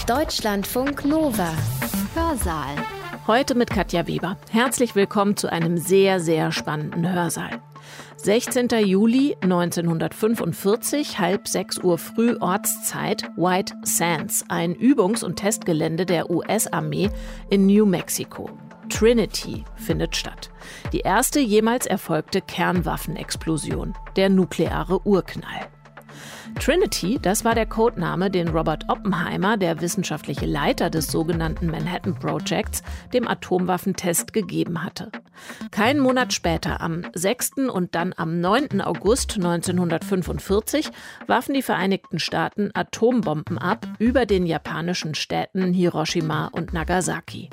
Deutschlandfunk Nova. Hörsaal. Heute mit Katja Weber. Herzlich willkommen zu einem sehr, sehr spannenden Hörsaal. 16. Juli 1945, halb 6 Uhr früh Ortszeit, White Sands, ein Übungs- und Testgelände der US-Armee in New Mexico. Trinity findet statt. Die erste jemals erfolgte Kernwaffenexplosion, der nukleare Urknall. Trinity, das war der Codename, den Robert Oppenheimer, der wissenschaftliche Leiter des sogenannten Manhattan Projects, dem Atomwaffentest gegeben hatte. Keinen Monat später, am 6. und dann am 9. August 1945, warfen die Vereinigten Staaten Atombomben ab über den japanischen Städten Hiroshima und Nagasaki.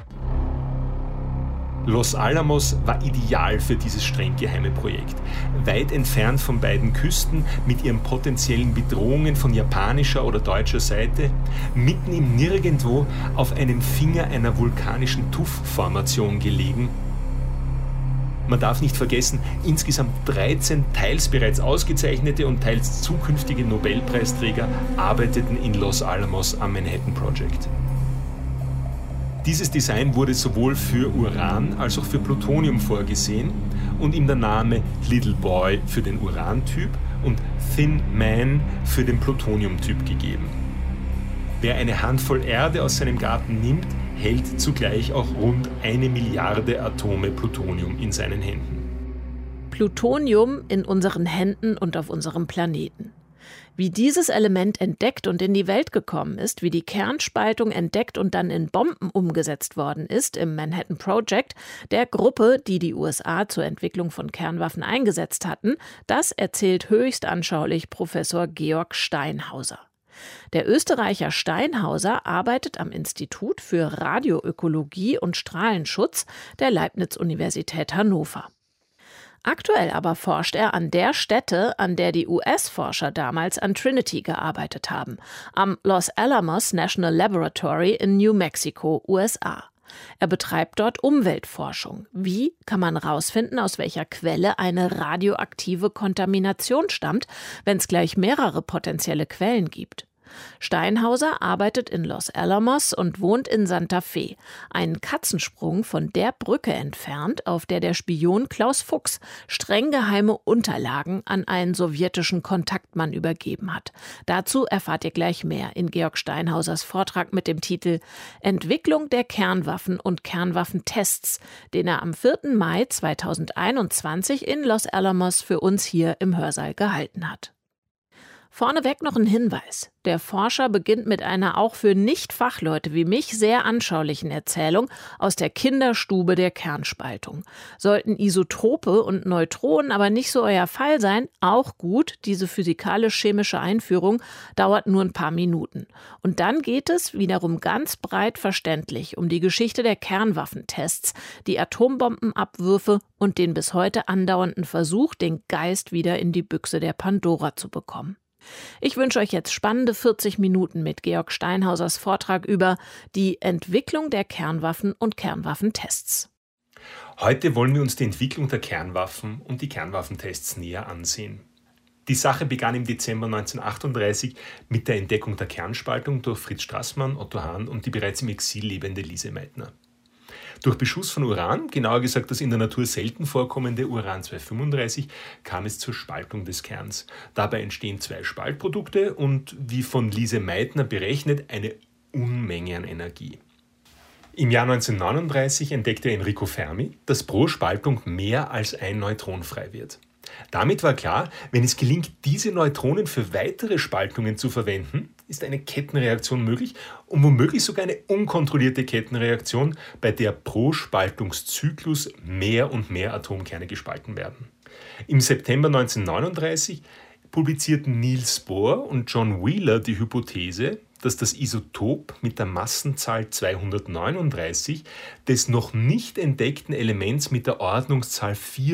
Los Alamos war ideal für dieses streng geheime Projekt. Weit entfernt von beiden Küsten, mit ihren potenziellen Bedrohungen von japanischer oder deutscher Seite, mitten im Nirgendwo auf einem Finger einer vulkanischen Tuff-Formation gelegen. Man darf nicht vergessen, insgesamt 13 teils bereits ausgezeichnete und teils zukünftige Nobelpreisträger arbeiteten in Los Alamos am Manhattan Project. Dieses Design wurde sowohl für Uran als auch für Plutonium vorgesehen und ihm der Name Little Boy für den Urantyp und Thin Man für den Plutoniumtyp gegeben. Wer eine Handvoll Erde aus seinem Garten nimmt, hält zugleich auch rund 1 Milliarde Atome Plutonium in seinen Händen. Plutonium in unseren Händen und auf unserem Planeten. Wie dieses Element entdeckt und in die Welt gekommen ist, wie die Kernspaltung entdeckt und dann in Bomben umgesetzt worden ist im Manhattan Project, der Gruppe, die die USA zur Entwicklung von Kernwaffen eingesetzt hatten, das erzählt höchst anschaulich Professor Georg Steinhauser. Der Österreicher Steinhauser arbeitet am Institut für Radioökologie und Strahlenschutz der Leibniz-Universität Hannover. Aktuell aber forscht er an der Stätte, an der die US-Forscher damals an Trinity gearbeitet haben, am Los Alamos National Laboratory in New Mexico, USA. Er betreibt dort Umweltforschung. Wie kann man herausfinden, aus welcher Quelle eine radioaktive Kontamination stammt, wenn es gleich mehrere potenzielle Quellen gibt? Steinhauser arbeitet in Los Alamos und wohnt in Santa Fe, einen Katzensprung von der Brücke entfernt, auf der der Spion Klaus Fuchs streng geheime Unterlagen an einen sowjetischen Kontaktmann übergeben hat. Dazu erfahrt ihr gleich mehr in Georg Steinhausers Vortrag mit dem Titel Entwicklung der Kernwaffen und Kernwaffentests, den er am 4. Mai 2021 in Los Alamos für uns hier im Hörsaal gehalten hat. Vorneweg noch ein Hinweis. Der Forscher beginnt mit einer auch für Nicht-Fachleute wie mich sehr anschaulichen Erzählung aus der Kinderstube der Kernspaltung. Sollten Isotope und Neutronen aber nicht so euer Fall sein, auch gut, diese physikalisch-chemische Einführung dauert nur ein paar Minuten. Und dann geht es wiederum ganz breit verständlich um die Geschichte der Kernwaffentests, die Atombombenabwürfe und den bis heute andauernden Versuch, den Geist wieder in die Büchse der Pandora zu bekommen. Ich wünsche euch jetzt spannende 40 Minuten mit Georg Steinhausers Vortrag über die Entwicklung der Kernwaffen und Kernwaffentests. Heute wollen wir uns die Entwicklung der Kernwaffen und die Kernwaffentests näher ansehen. Die Sache begann im Dezember 1938 mit der Entdeckung der Kernspaltung durch Fritz Straßmann, Otto Hahn und die bereits im Exil lebende Lise Meitner. Durch Beschuss von Uran, genauer gesagt das in der Natur selten vorkommende Uran-235, kam es zur Spaltung des Kerns. Dabei entstehen 2 Spaltprodukte und, wie von Lise Meitner berechnet, eine Unmenge an Energie. Im Jahr 1939 entdeckte Enrico Fermi, dass pro Spaltung mehr als ein Neutron frei wird. Damit war klar, wenn es gelingt, diese Neutronen für weitere Spaltungen zu verwenden, ist eine Kettenreaktion möglich und womöglich sogar eine unkontrollierte Kettenreaktion, bei der pro Spaltungszyklus mehr und mehr Atomkerne gespalten werden. Im September 1939 publizierten Niels Bohr und John Wheeler die Hypothese, dass das Isotop mit der Massenzahl 239 des noch nicht entdeckten Elements mit der Ordnungszahl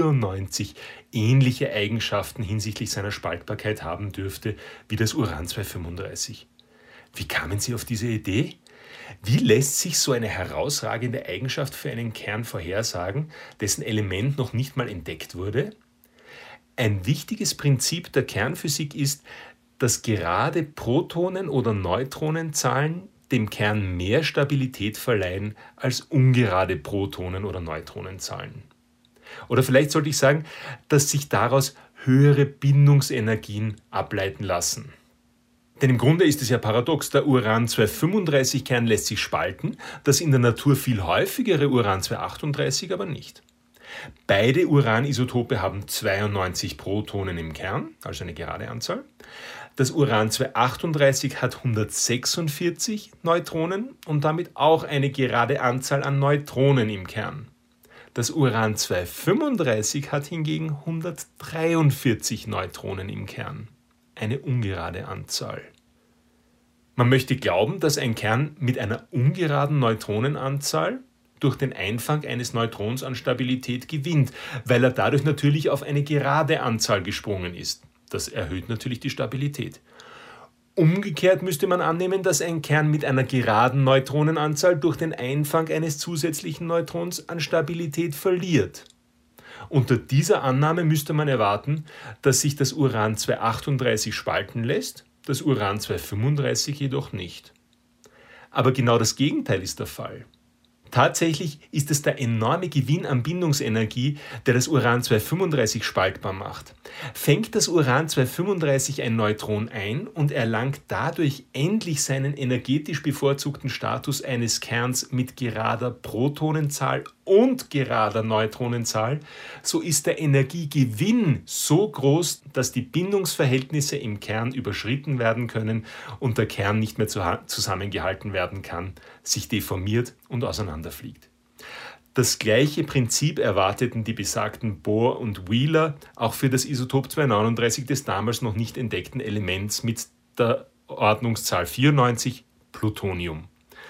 94 ähnliche Eigenschaften hinsichtlich seiner Spaltbarkeit haben dürfte wie das Uran-235. Wie kamen Sie auf diese Idee? Wie lässt sich so eine herausragende Eigenschaft für einen Kern vorhersagen, dessen Element noch nicht mal entdeckt wurde? Ein wichtiges Prinzip der Kernphysik ist, dass gerade Protonen- oder Neutronenzahlen dem Kern mehr Stabilität verleihen als ungerade Protonen- oder Neutronenzahlen. Oder vielleicht sollte ich sagen, dass sich daraus höhere Bindungsenergien ableiten lassen. Denn im Grunde ist es ja paradox, der Uran-235-Kern lässt sich spalten, das in der Natur viel häufigere Uran-238 aber nicht. Beide Uranisotope haben 92 Protonen im Kern, also eine gerade Anzahl. Das Uran-238 hat 146 Neutronen und damit auch eine gerade Anzahl an Neutronen im Kern. Das Uran-235 hat hingegen 143 Neutronen im Kern, eine ungerade Anzahl. Man möchte glauben, dass ein Kern mit einer ungeraden Neutronenanzahl durch den Einfang eines Neutrons an Stabilität gewinnt, weil er dadurch natürlich auf eine gerade Anzahl gesprungen ist. Das erhöht natürlich die Stabilität. Umgekehrt müsste man annehmen, dass ein Kern mit einer geraden Neutronenanzahl durch den Einfang eines zusätzlichen Neutrons an Stabilität verliert. Unter dieser Annahme müsste man erwarten, dass sich das Uran-238 spalten lässt, das Uran-235 jedoch nicht. Aber genau das Gegenteil ist der Fall. Tatsächlich ist es der enorme Gewinn an Bindungsenergie, der das Uran-235 spaltbar macht. Fängt das Uran-235 ein Neutron ein und erlangt dadurch endlich seinen energetisch bevorzugten Status eines Kerns mit gerader Protonenzahl und gerader Neutronenzahl, so ist der Energiegewinn so groß, dass die Bindungsverhältnisse im Kern überschritten werden können und der Kern nicht mehr zusammengehalten werden kann, sich deformiert und auseinanderfliegt. Das gleiche Prinzip erwarteten die besagten Bohr und Wheeler auch für das Isotop 239 des damals noch nicht entdeckten Elements mit der Ordnungszahl 94, Plutonium.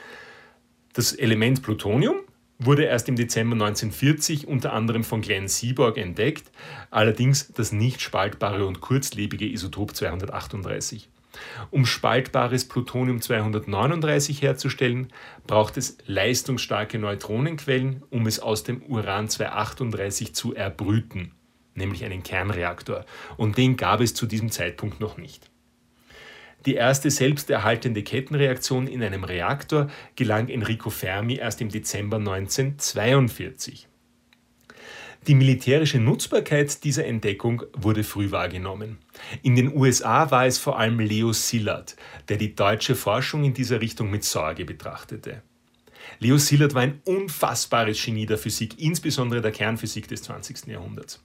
Das Element Plutonium wurde erst im Dezember 1940 unter anderem von Glenn Seaborg entdeckt, allerdings das nicht spaltbare und kurzlebige Isotop 238. Um spaltbares Plutonium-239 herzustellen, braucht es leistungsstarke Neutronenquellen, um es aus dem Uran-238 zu erbrüten, nämlich einen Kernreaktor, und den gab es zu diesem Zeitpunkt noch nicht. Die erste selbsterhaltende Kettenreaktion in einem Reaktor gelang Enrico Fermi erst im Dezember 1942. Die militärische Nutzbarkeit dieser Entdeckung wurde früh wahrgenommen. In den USA war es vor allem Leo Szilard, der die deutsche Forschung in dieser Richtung mit Sorge betrachtete. Leo Szilard war ein unfassbares Genie der Physik, insbesondere der Kernphysik des 20. Jahrhunderts.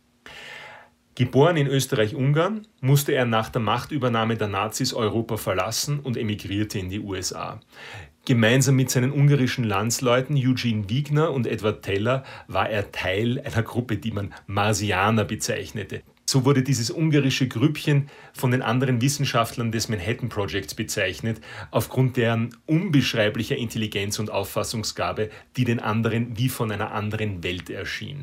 Geboren in Österreich-Ungarn, musste er nach der Machtübernahme der Nazis Europa verlassen und emigrierte in die USA. Gemeinsam mit seinen ungarischen Landsleuten Eugene Wigner und Edward Teller war er Teil einer Gruppe, die man Marsianer bezeichnete. So wurde dieses ungarische Grüppchen von den anderen Wissenschaftlern des Manhattan Projects bezeichnet, aufgrund deren unbeschreiblicher Intelligenz und Auffassungsgabe, die den anderen wie von einer anderen Welt erschien.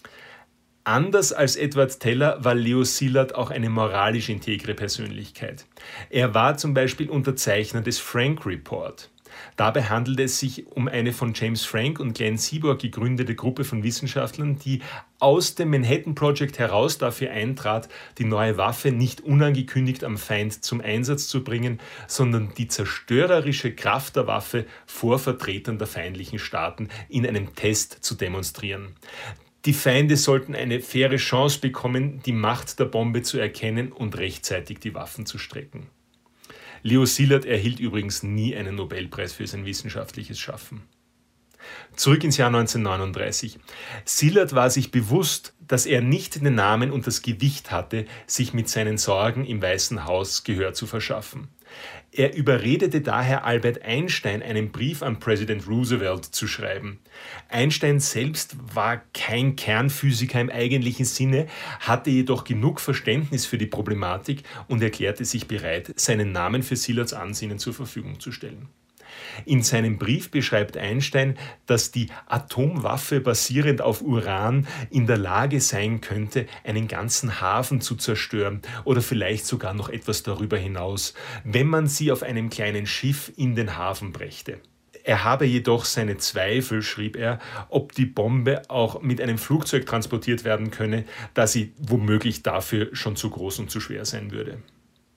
Anders als Edward Teller war Leo Szilard auch eine moralisch integre Persönlichkeit. Er war zum Beispiel Unterzeichner des Frank Report. Dabei handelt es sich um eine von James Frank und Glenn Seaborg gegründete Gruppe von Wissenschaftlern, die aus dem Manhattan Project heraus dafür eintrat, die neue Waffe nicht unangekündigt am Feind zum Einsatz zu bringen, sondern die zerstörerische Kraft der Waffe vor Vertretern der feindlichen Staaten in einem Test zu demonstrieren. Die Feinde sollten eine faire Chance bekommen, die Macht der Bombe zu erkennen und rechtzeitig die Waffen zu strecken. Leo Szilard erhielt übrigens nie einen Nobelpreis für sein wissenschaftliches Schaffen. Zurück ins Jahr 1939. Szilard war sich bewusst, dass er nicht den Namen und das Gewicht hatte, sich mit seinen Sorgen im Weißen Haus Gehör zu verschaffen. Er überredete daher Albert Einstein, einen Brief an Präsident Roosevelt zu schreiben. Einstein selbst war kein Kernphysiker im eigentlichen Sinne, hatte jedoch genug Verständnis für die Problematik und erklärte sich bereit, seinen Namen für Szilards Ansinnen zur Verfügung zu stellen. In seinem Brief beschreibt Einstein, dass die Atomwaffe basierend auf Uran in der Lage sein könnte, einen ganzen Hafen zu zerstören oder vielleicht sogar noch etwas darüber hinaus, wenn man sie auf einem kleinen Schiff in den Hafen brächte. Er habe jedoch seine Zweifel, schrieb er, ob die Bombe auch mit einem Flugzeug transportiert werden könne, da sie womöglich dafür schon zu groß und zu schwer sein würde.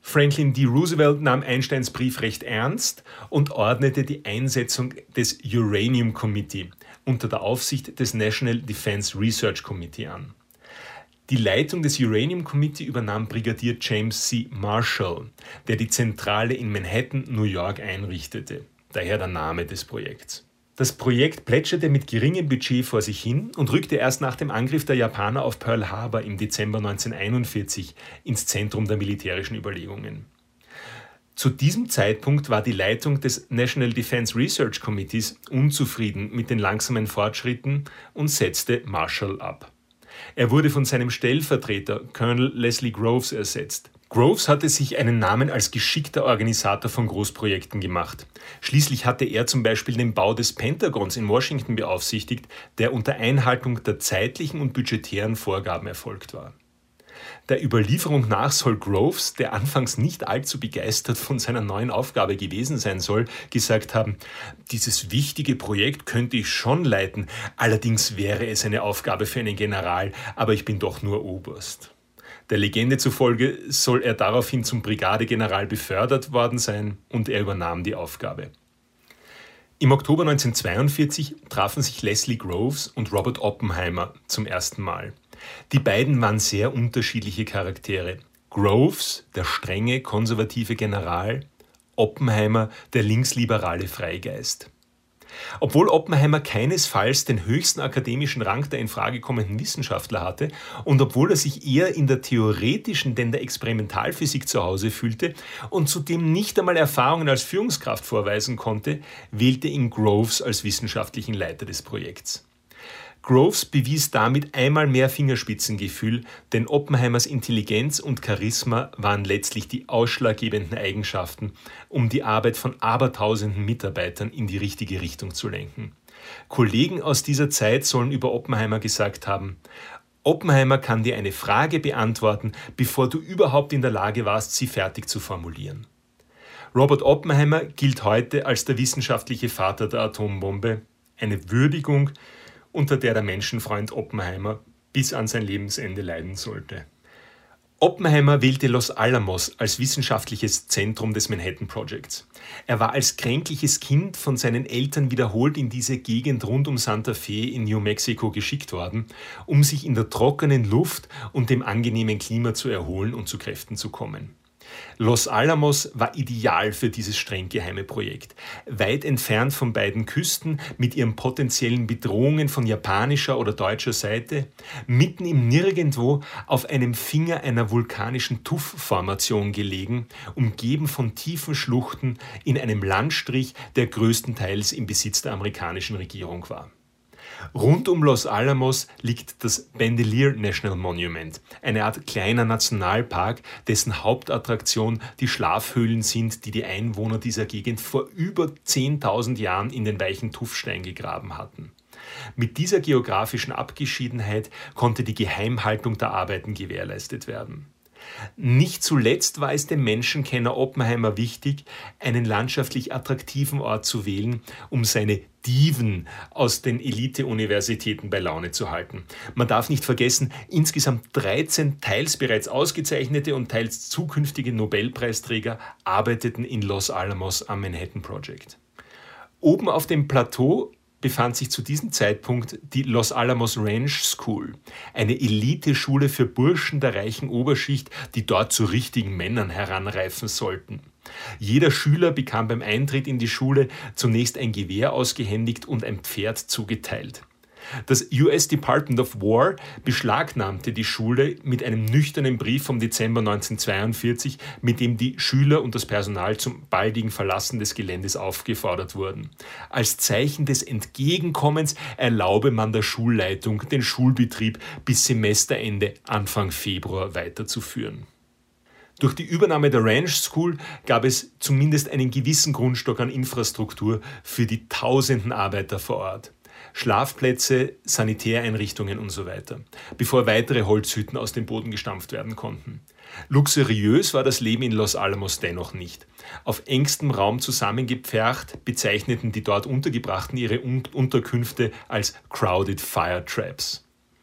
Franklin D. Roosevelt nahm Einsteins Brief recht ernst und ordnete die Einsetzung des Uranium Committee unter der Aufsicht des National Defense Research Committee an. Die Leitung des Uranium Committee übernahm Brigadier James C. Marshall, der die Zentrale in Manhattan, New York einrichtete, daher der Name des Projekts. Das Projekt plätscherte mit geringem Budget vor sich hin und rückte erst nach dem Angriff der Japaner auf Pearl Harbor im Dezember 1941 ins Zentrum der militärischen Überlegungen. Zu diesem Zeitpunkt war die Leitung des National Defense Research Committees unzufrieden mit den langsamen Fortschritten und setzte Marshall ab. Er wurde von seinem Stellvertreter Colonel Leslie Groves ersetzt. Groves hatte sich einen Namen als geschickter Organisator von Großprojekten gemacht. Schließlich hatte er zum Beispiel den Bau des Pentagons in Washington beaufsichtigt, der unter Einhaltung der zeitlichen und budgetären Vorgaben erfolgt war. Der Überlieferung nach soll Groves, der anfangs nicht allzu begeistert von seiner neuen Aufgabe gewesen sein soll, gesagt haben: Dieses wichtige Projekt könnte ich schon leiten, allerdings wäre es eine Aufgabe für einen General, aber ich bin doch nur Oberst. Der Legende zufolge soll er daraufhin zum Brigadegeneral befördert worden sein und er übernahm die Aufgabe. Im Oktober 1942 trafen sich Leslie Groves und Robert Oppenheimer zum ersten Mal. Die beiden waren sehr unterschiedliche Charaktere. Groves, der strenge, konservative General, Oppenheimer, der linksliberale Freigeist. Obwohl Oppenheimer keinesfalls den höchsten akademischen Rang der in Frage kommenden Wissenschaftler hatte und obwohl er sich eher in der theoretischen denn der Experimentalphysik zu Hause fühlte und zudem nicht einmal Erfahrungen als Führungskraft vorweisen konnte, wählte ihn Groves als wissenschaftlichen Leiter des Projekts. Groves bewies damit einmal mehr Fingerspitzengefühl, denn Oppenheimers Intelligenz und Charisma waren letztlich die ausschlaggebenden Eigenschaften, um die Arbeit von abertausenden Mitarbeitern in die richtige Richtung zu lenken. Kollegen aus dieser Zeit sollen über Oppenheimer gesagt haben: Oppenheimer kann dir eine Frage beantworten, bevor du überhaupt in der Lage warst, sie fertig zu formulieren. Robert Oppenheimer gilt heute als der wissenschaftliche Vater der Atombombe, eine Würdigung, unter der Menschenfreund Oppenheimer bis an sein Lebensende leiden sollte. Oppenheimer wählte Los Alamos als wissenschaftliches Zentrum des Manhattan Projects. Er war als kränkliches Kind von seinen Eltern wiederholt in diese Gegend rund um Santa Fe in New Mexico geschickt worden, um sich in der trockenen Luft und dem angenehmen Klima zu erholen und zu Kräften zu kommen. Los Alamos war ideal für dieses streng geheime Projekt. Weit entfernt von beiden Küsten, mit ihren potenziellen Bedrohungen von japanischer oder deutscher Seite, mitten im Nirgendwo auf einem Finger einer vulkanischen Tuff-Formation gelegen, umgeben von tiefen Schluchten in einem Landstrich, der größtenteils im Besitz der amerikanischen Regierung war. Rund um Los Alamos liegt das Bandelier National Monument, eine Art kleiner Nationalpark, dessen Hauptattraktion die Schlafhöhlen sind, die die Einwohner dieser Gegend vor über 10.000 Jahren in den weichen Tuffstein gegraben hatten. Mit dieser geografischen Abgeschiedenheit konnte die Geheimhaltung der Arbeiten gewährleistet werden. Nicht zuletzt war es dem Menschenkenner Oppenheimer wichtig, einen landschaftlich attraktiven Ort zu wählen, um seine Diven aus den Elite-Universitäten bei Laune zu halten. Man darf nicht vergessen, insgesamt 13 teils bereits ausgezeichnete und teils zukünftige Nobelpreisträger arbeiteten in Los Alamos am Manhattan Project. Oben auf dem Plateau befand sich zu diesem Zeitpunkt die Los Alamos Ranch School, eine Eliteschule für Burschen der reichen Oberschicht, die dort zu richtigen Männern heranreifen sollten. Jeder Schüler bekam beim Eintritt in die Schule zunächst ein Gewehr ausgehändigt und ein Pferd zugeteilt. Das US Department of War beschlagnahmte die Schule mit einem nüchternen Brief vom Dezember 1942, mit dem die Schüler und das Personal zum baldigen Verlassen des Geländes aufgefordert wurden. Als Zeichen des Entgegenkommens erlaube man der Schulleitung, den Schulbetrieb bis Semesterende Anfang Februar weiterzuführen. Durch die Übernahme der Ranch School gab es zumindest einen gewissen Grundstock an Infrastruktur für die tausenden Arbeiter vor Ort. Schlafplätze, Sanitäreinrichtungen und so weiter, bevor weitere Holzhütten aus dem Boden gestampft werden konnten. Luxuriös war das Leben in Los Alamos dennoch nicht. Auf engstem Raum zusammengepfercht bezeichneten die dort Untergebrachten ihre Unterkünfte als Crowded Fire Traps.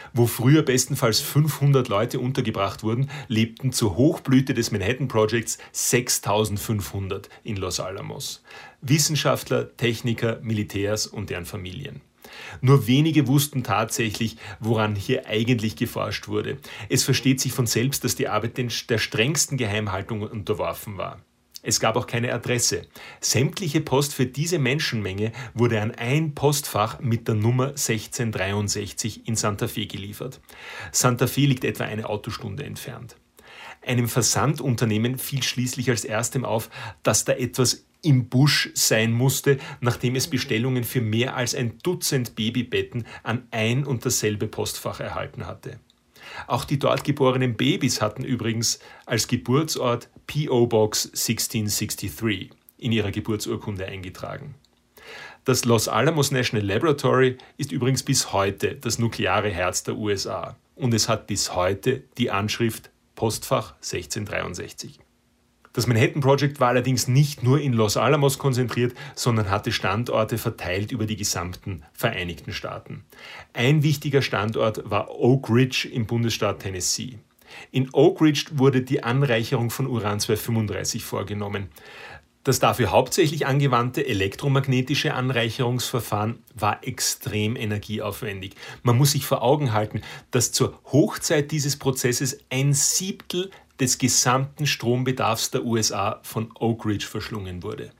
Wo früher bestenfalls 500 Leute untergebracht wurden, lebten zur Hochblüte des Manhattan Projects 6.500 in Los Alamos. Wissenschaftler, Techniker, Militärs und deren Familien. Nur wenige wussten tatsächlich, woran hier eigentlich geforscht wurde. Es versteht sich von selbst, dass die Arbeit der strengsten Geheimhaltung unterworfen war. Es gab auch keine Adresse. Sämtliche Post für diese Menschenmenge wurde an ein Postfach mit der Nummer 1663 in Santa Fe geliefert. Santa Fe liegt etwa eine Autostunde entfernt. Einem Versandunternehmen fiel schließlich als erstem auf, dass da etwas im Busch sein musste, nachdem es Bestellungen für mehr als ein Dutzend Babybetten an ein und dasselbe Postfach erhalten hatte. Auch die dort geborenen Babys hatten übrigens als Geburtsort P.O. Box 1663 in ihrer Geburtsurkunde eingetragen. Das Los Alamos National Laboratory ist übrigens bis heute das nukleare Herz der USA und es hat bis heute die Anschrift Postfach 1663. Das Manhattan Project war allerdings nicht nur in Los Alamos konzentriert, sondern hatte Standorte verteilt über die gesamten Vereinigten Staaten. Ein wichtiger Standort war Oak Ridge im Bundesstaat Tennessee. In Oak Ridge wurde die Anreicherung von Uran-235 vorgenommen. Das dafür hauptsächlich angewandte elektromagnetische Anreicherungsverfahren war extrem energieaufwendig. Man muss sich vor Augen halten, dass zur Hochzeit dieses Prozesses 1/7 des gesamten Strombedarfs der USA von Oak Ridge verschlungen wurde.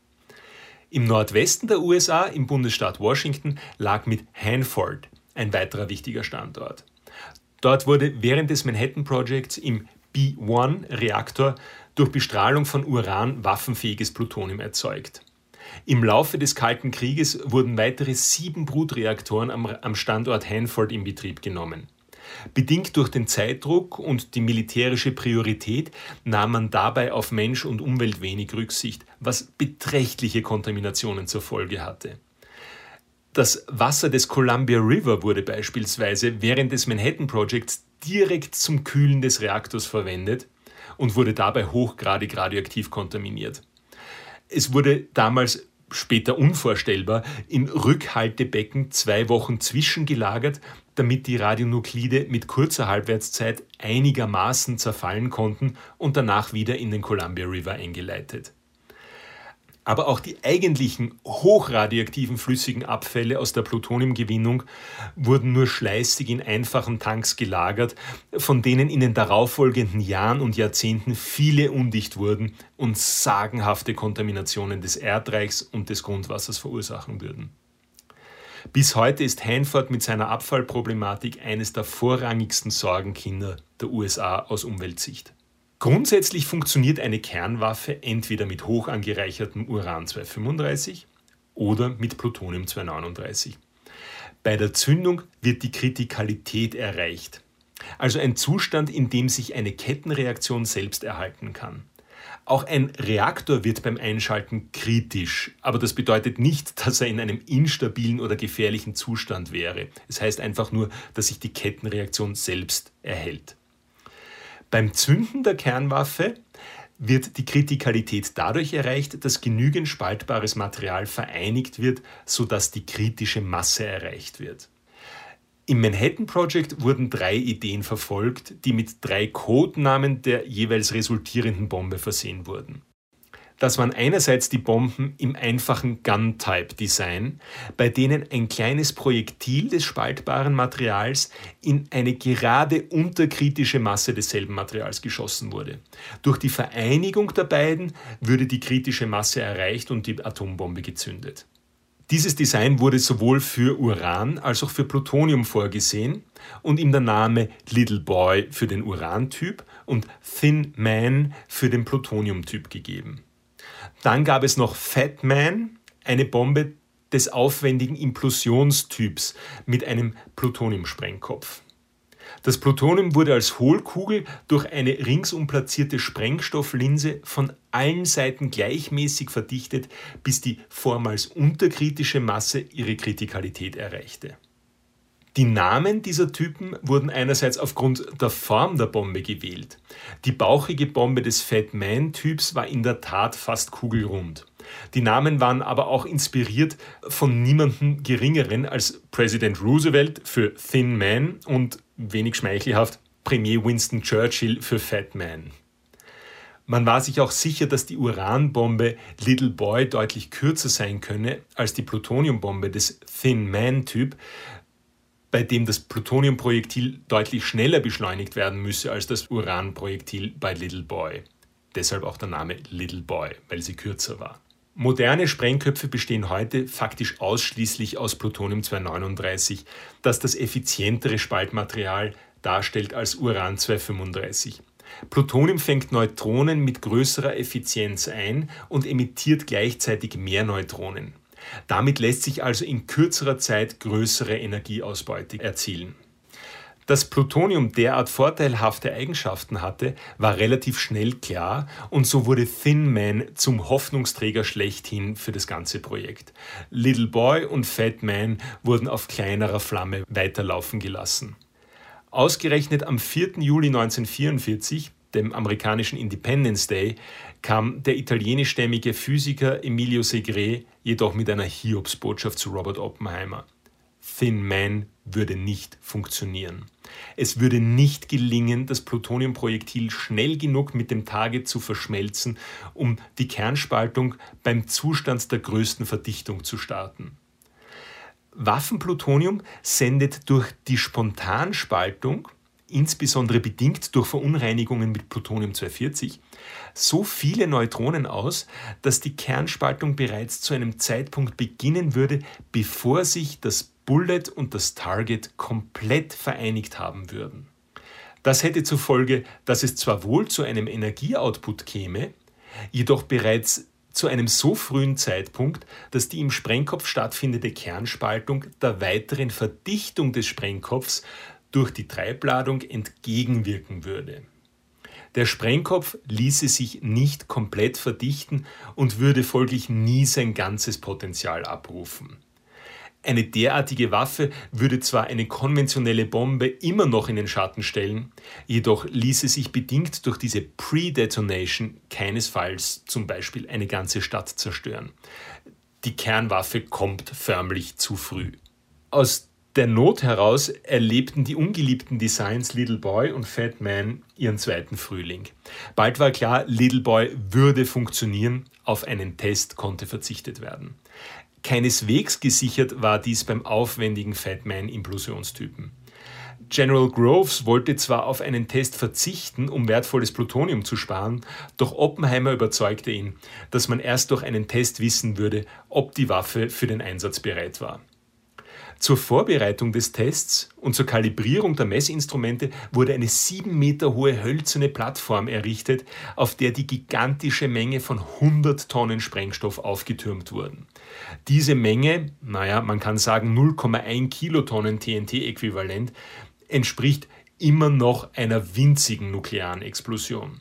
Im Nordwesten der USA, im Bundesstaat Washington, lag mit Hanford ein weiterer wichtiger Standort. Dort wurde während des Manhattan Projects im B-1-Reaktor durch Bestrahlung von Uran waffenfähiges Plutonium erzeugt. Im Laufe des Kalten Krieges wurden weitere 7 Brutreaktoren am Standort Hanford in Betrieb genommen. Bedingt durch den Zeitdruck und die militärische Priorität nahm man dabei auf Mensch und Umwelt wenig Rücksicht, was beträchtliche Kontaminationen zur Folge hatte. Das Wasser des Columbia River wurde beispielsweise während des Manhattan Projects direkt zum Kühlen des Reaktors verwendet und wurde dabei hochgradig radioaktiv kontaminiert. Es wurde damals, später unvorstellbar, in Rückhaltebecken 2 Wochen zwischengelagert, damit die Radionuklide mit kurzer Halbwertszeit einigermaßen zerfallen konnten und danach wieder in den Columbia River eingeleitet. Aber auch die eigentlichen hochradioaktiven flüssigen Abfälle aus der Plutoniumgewinnung wurden nur schleißig in einfachen Tanks gelagert, von denen in den darauffolgenden Jahren und Jahrzehnten viele undicht wurden und sagenhafte Kontaminationen des Erdreichs und des Grundwassers verursachen würden. Bis heute ist Hanford mit seiner Abfallproblematik eines der vorrangigsten Sorgenkinder der USA aus Umweltsicht. Grundsätzlich funktioniert eine Kernwaffe entweder mit hoch angereichertem Uran-235 oder mit Plutonium-239. Bei der Zündung wird die Kritikalität erreicht, also ein Zustand, in dem sich eine Kettenreaktion selbst erhalten kann. Auch ein Reaktor wird beim Einschalten kritisch, aber das bedeutet nicht, dass er in einem instabilen oder gefährlichen Zustand wäre. Es heißt einfach nur, dass sich die Kettenreaktion selbst erhält. Beim Zünden der Kernwaffe wird die Kritikalität dadurch erreicht, dass genügend spaltbares Material vereinigt wird, sodass die kritische Masse erreicht wird. Im Manhattan Project wurden 3 Ideen verfolgt, die mit 3 Codenamen der jeweils resultierenden Bombe versehen wurden. Das waren einerseits die Bomben im einfachen Gun-Type-Design, bei denen ein kleines Projektil des spaltbaren Materials in eine gerade unterkritische Masse desselben Materials geschossen wurde. Durch die Vereinigung der beiden würde die kritische Masse erreicht und die Atombombe gezündet. Dieses Design wurde sowohl für Uran als auch für Plutonium vorgesehen und ihm der Name Little Boy für den Urantyp und Thin Man für den Plutoniumtyp gegeben. Dann gab es noch Fat Man, eine Bombe des aufwendigen Implosionstyps mit einem Plutoniumsprengkopf. Das Plutonium wurde als Hohlkugel durch eine ringsum platzierte Sprengstofflinse von allen Seiten gleichmäßig verdichtet, bis die vormals unterkritische Masse ihre Kritikalität erreichte. Die Namen dieser Typen wurden einerseits aufgrund der Form der Bombe gewählt. Die bauchige Bombe des Fat Man-Typs war in der Tat fast kugelrund. Die Namen waren aber auch inspiriert von niemandem Geringeren als Präsident Roosevelt für Thin Man und, wenig schmeichelhaft, Premier Winston Churchill für Fat Man. Man war sich auch sicher, dass die Uranbombe Little Boy deutlich kürzer sein könne als die Plutoniumbombe des Thin Man-Typ, bei dem das Plutoniumprojektil deutlich schneller beschleunigt werden müsse als das Uranprojektil bei Little Boy. Deshalb auch der Name Little Boy, weil sie kürzer war. Moderne Sprengköpfe bestehen heute faktisch ausschließlich aus Plutonium-239, das das effizientere Spaltmaterial darstellt als Uran-235. Plutonium fängt Neutronen mit größerer Effizienz ein und emittiert gleichzeitig mehr Neutronen. Damit lässt sich also in kürzerer Zeit größere Energieausbeute erzielen. Dass Plutonium derart vorteilhafte Eigenschaften hatte, war relativ schnell klar und so wurde Thin Man zum Hoffnungsträger schlechthin für das ganze Projekt. Little Boy und Fat Man wurden auf kleinerer Flamme weiterlaufen gelassen. Ausgerechnet am 4. Juli 1944, dem amerikanischen Independence Day, kam der italienischstämmige Physiker Emilio Segre jedoch mit einer Hiobsbotschaft zu Robert Oppenheimer. Thin Man würde nicht funktionieren. Es würde nicht gelingen, das Plutoniumprojektil schnell genug mit dem Target zu verschmelzen, um die Kernspaltung beim Zustand der größten Verdichtung zu starten. Waffenplutonium sendet durch die Spontanspaltung, insbesondere bedingt durch Verunreinigungen mit Plutonium-240, so viele Neutronen aus, dass die Kernspaltung bereits zu einem Zeitpunkt beginnen würde, bevor sich das Bullet und das Target komplett vereinigt haben würden. Das hätte zur Folge, dass es zwar wohl zu einem Energieoutput käme, jedoch bereits zu einem so frühen Zeitpunkt, dass die im Sprengkopf stattfindende Kernspaltung der weiteren Verdichtung des Sprengkopfs durch die Treibladung entgegenwirken würde. Der Sprengkopf ließe sich nicht komplett verdichten und würde folglich nie sein ganzes Potenzial abrufen. Eine derartige Waffe würde zwar eine konventionelle Bombe immer noch in den Schatten stellen, jedoch ließe sich bedingt durch diese Pre-Detonation keinesfalls zum Beispiel eine ganze Stadt zerstören. Die Kernwaffe kommt förmlich zu früh. Aus der Not heraus erlebten die ungeliebten Designs Little Boy und Fat Man ihren zweiten Frühling. Bald war klar, Little Boy würde funktionieren, auf einen Test konnte verzichtet werden. Keineswegs gesichert war dies beim aufwendigen Fat Man-Implosionstypen. General Groves wollte zwar auf einen Test verzichten, um wertvolles Plutonium zu sparen, doch Oppenheimer überzeugte ihn, dass man erst durch einen Test wissen würde, ob die Waffe für den Einsatz bereit war. Zur Vorbereitung des Tests und zur Kalibrierung der Messinstrumente wurde eine 7 Meter hohe hölzerne Plattform errichtet, auf der die gigantische Menge von 100 Tonnen Sprengstoff aufgetürmt wurden. Diese Menge, man kann sagen 0,1 Kilotonnen TNT-Äquivalent, entspricht immer noch einer winzigen nuklearen Explosion.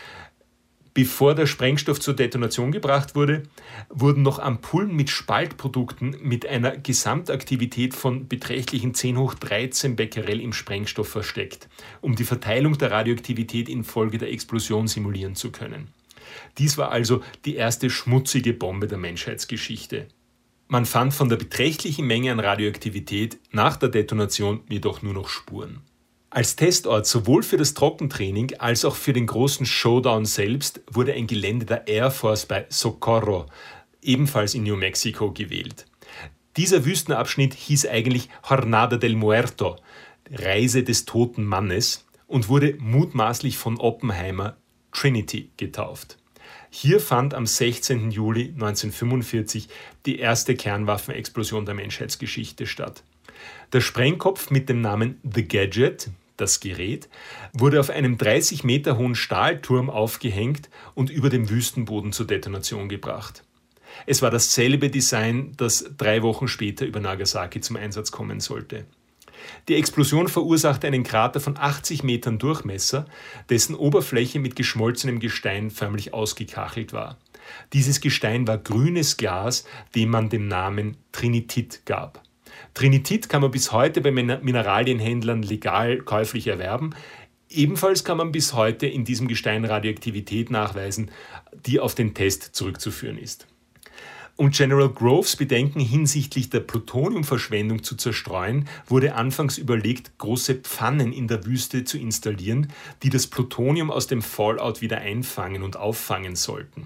Bevor der Sprengstoff zur Detonation gebracht wurde, wurden noch Ampullen mit Spaltprodukten mit einer Gesamtaktivität von beträchtlichen 10⁻13 Becquerel im Sprengstoff versteckt, um die Verteilung der Radioaktivität infolge der Explosion simulieren zu können. Dies war also die erste schmutzige Bombe der Menschheitsgeschichte. Man fand von der beträchtlichen Menge an Radioaktivität nach der Detonation jedoch nur noch Spuren. Als Testort sowohl für das Trockentraining als auch für den großen Showdown selbst wurde ein Gelände der Air Force bei Socorro, ebenfalls in New Mexico, gewählt. Dieser Wüstenabschnitt hieß eigentlich Jornada del Muerto, Reise des toten Mannes, und wurde mutmaßlich von Oppenheimer Trinity getauft. Hier fand am 16. Juli 1945 die erste Kernwaffenexplosion der Menschheitsgeschichte statt. Der Sprengkopf mit dem Namen The Gadget, das Gerät, wurde auf einem 30 Meter hohen Stahlturm aufgehängt und über dem Wüstenboden zur Detonation gebracht. Es war dasselbe Design, das 3 Wochen später über Nagasaki zum Einsatz kommen sollte. Die Explosion verursachte einen Krater von 80 Metern Durchmesser, dessen Oberfläche mit geschmolzenem Gestein förmlich ausgekachelt war. Dieses Gestein war grünes Glas, dem man den Namen Trinitit gab. Trinitit kann man bis heute bei Mineralienhändlern legal käuflich erwerben. Ebenfalls kann man bis heute in diesem Gestein Radioaktivität nachweisen, die auf den Test zurückzuführen ist. Um General Groves Bedenken hinsichtlich der Plutoniumverschwendung zu zerstreuen, wurde anfangs überlegt, große Pfannen in der Wüste zu installieren, die das Plutonium aus dem Fallout wieder einfangen und auffangen sollten.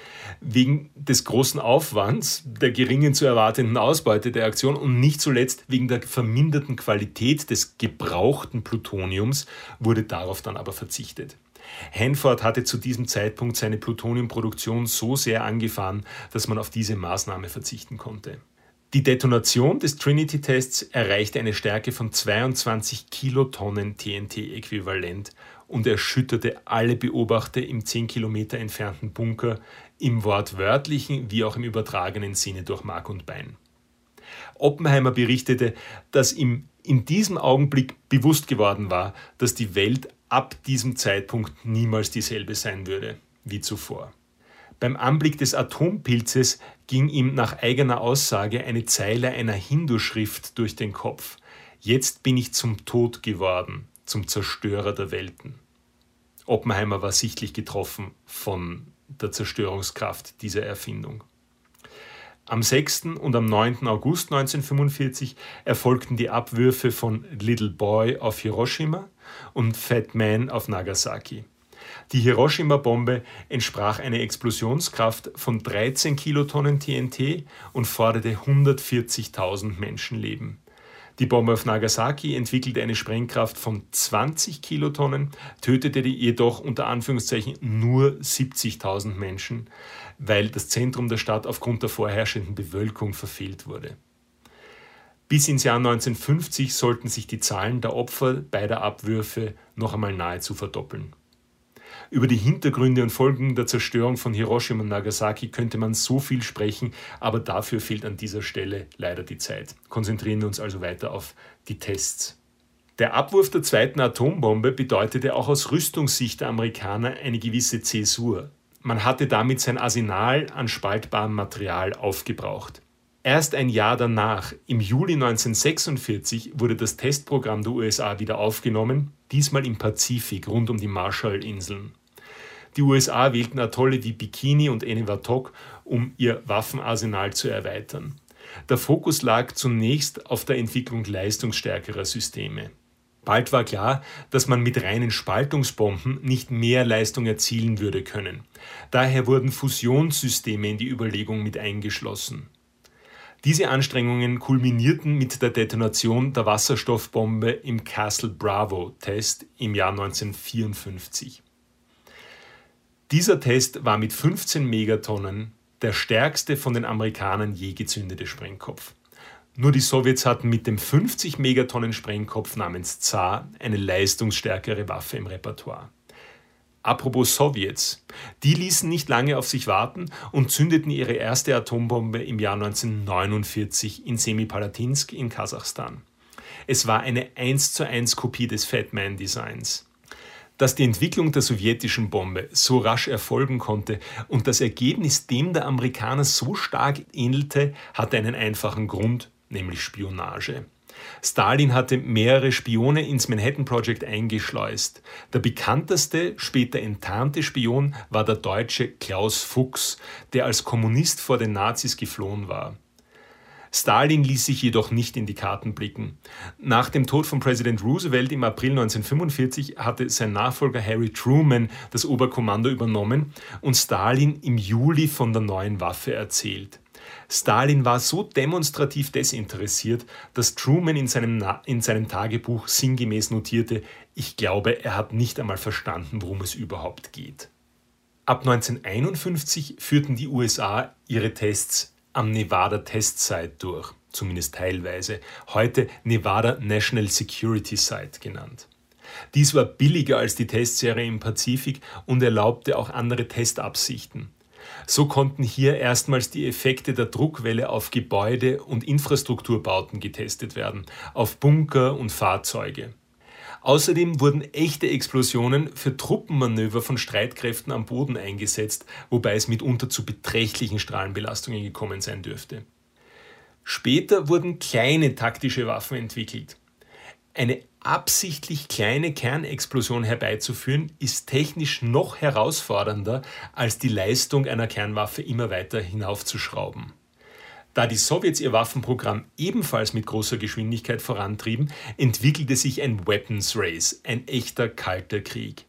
Wegen des großen Aufwands, der geringen zu erwartenden Ausbeute der Aktion und nicht zuletzt wegen der verminderten Qualität des gebrauchten Plutoniums wurde darauf dann aber verzichtet. Hanford hatte zu diesem Zeitpunkt seine Plutoniumproduktion so sehr angefahren, dass man auf diese Maßnahme verzichten konnte. Die Detonation des Trinity-Tests erreichte eine Stärke von 22 Kilotonnen TNT-Äquivalent und erschütterte alle Beobachter im 10 Kilometer entfernten Bunker im wortwörtlichen wie auch im übertragenen Sinne durch Mark und Bein. Oppenheimer berichtete, dass ihm in diesem Augenblick bewusst geworden war, dass die Welt ab diesem Zeitpunkt niemals dieselbe sein würde wie zuvor. Beim Anblick des Atompilzes ging ihm nach eigener Aussage eine Zeile einer Hindu-Schrift durch den Kopf. Jetzt bin ich zum Tod geworden, zum Zerstörer der Welten. Oppenheimer war sichtlich getroffen von der Zerstörungskraft dieser Erfindung. Am 6. und am 9. August 1945 erfolgten die Abwürfe von Little Boy auf Hiroshima und Fat Man auf Nagasaki. Die Hiroshima-Bombe entsprach einer Explosionskraft von 13 Kilotonnen TNT und forderte 140.000 Menschenleben. Die Bombe auf Nagasaki entwickelte eine Sprengkraft von 20 Kilotonnen, tötete jedoch unter Anführungszeichen nur 70.000 Menschen, weil das Zentrum der Stadt aufgrund der vorherrschenden Bewölkung verfehlt wurde. Bis ins Jahr 1950 sollten sich die Zahlen der Opfer beider Abwürfe noch einmal nahezu verdoppeln. Über die Hintergründe und Folgen der Zerstörung von Hiroshima und Nagasaki könnte man so viel sprechen, aber dafür fehlt an dieser Stelle leider die Zeit. Konzentrieren wir uns also weiter auf die Tests. Der Abwurf der zweiten Atombombe bedeutete auch aus Rüstungssicht der Amerikaner eine gewisse Zäsur. Man hatte damit sein Arsenal an spaltbarem Material aufgebraucht. Erst ein Jahr danach, im Juli 1946, wurde das Testprogramm der USA wieder aufgenommen, diesmal im Pazifik rund um die Marshallinseln. Die USA wählten Atolle wie Bikini und Eniwetok, um ihr Waffenarsenal zu erweitern. Der Fokus lag zunächst auf der Entwicklung leistungsstärkerer Systeme. Bald war klar, dass man mit reinen Spaltungsbomben nicht mehr Leistung erzielen würde können. Daher wurden Fusionssysteme in die Überlegung mit eingeschlossen. Diese Anstrengungen kulminierten mit der Detonation der Wasserstoffbombe im Castle Bravo-Test im Jahr 1954. Dieser Test war mit 15 Megatonnen der stärkste von den Amerikanern je gezündete Sprengkopf. Nur die Sowjets hatten mit dem 50 Megatonnen Sprengkopf namens Zar eine leistungsstärkere Waffe im Repertoire. Apropos Sowjets, die ließen nicht lange auf sich warten und zündeten ihre erste Atombombe im Jahr 1949 in Semipalatinsk in Kasachstan. Es war eine 1:1 Kopie des Fat Man Designs. Dass die Entwicklung der sowjetischen Bombe so rasch erfolgen konnte und das Ergebnis dem der Amerikaner so stark ähnelte, hatte einen einfachen Grund, nämlich Spionage. Stalin hatte mehrere Spione ins Manhattan Project eingeschleust. Der bekannteste, später enttarnte Spion war der Deutsche Klaus Fuchs, der als Kommunist vor den Nazis geflohen war. Stalin ließ sich jedoch nicht in die Karten blicken. Nach dem Tod von Präsident Roosevelt im April 1945 hatte sein Nachfolger Harry Truman das Oberkommando übernommen und Stalin im Juli von der neuen Waffe erzählt. Stalin war so demonstrativ desinteressiert, dass Truman in seinem Tagebuch sinngemäß notierte: Ich glaube, er hat nicht einmal verstanden, worum es überhaupt geht. Ab 1951 führten die USA ihre Tests am Nevada Test Site durch, zumindest teilweise, heute Nevada National Security Site genannt. Dies war billiger als die Testserie im Pazifik und erlaubte auch andere Testabsichten. So konnten hier erstmals die Effekte der Druckwelle auf Gebäude und Infrastrukturbauten getestet werden, auf Bunker und Fahrzeuge. Außerdem wurden echte Explosionen für Truppenmanöver von Streitkräften am Boden eingesetzt, wobei es mitunter zu beträchtlichen Strahlenbelastungen gekommen sein dürfte. Später wurden kleine taktische Waffen entwickelt. Eine absichtlich kleine Kernexplosion herbeizuführen, ist technisch noch herausfordernder, als die Leistung einer Kernwaffe immer weiter hinaufzuschrauben. Da die Sowjets ihr Waffenprogramm ebenfalls mit großer Geschwindigkeit vorantrieben, entwickelte sich ein Weapons Race, ein echter kalter Krieg.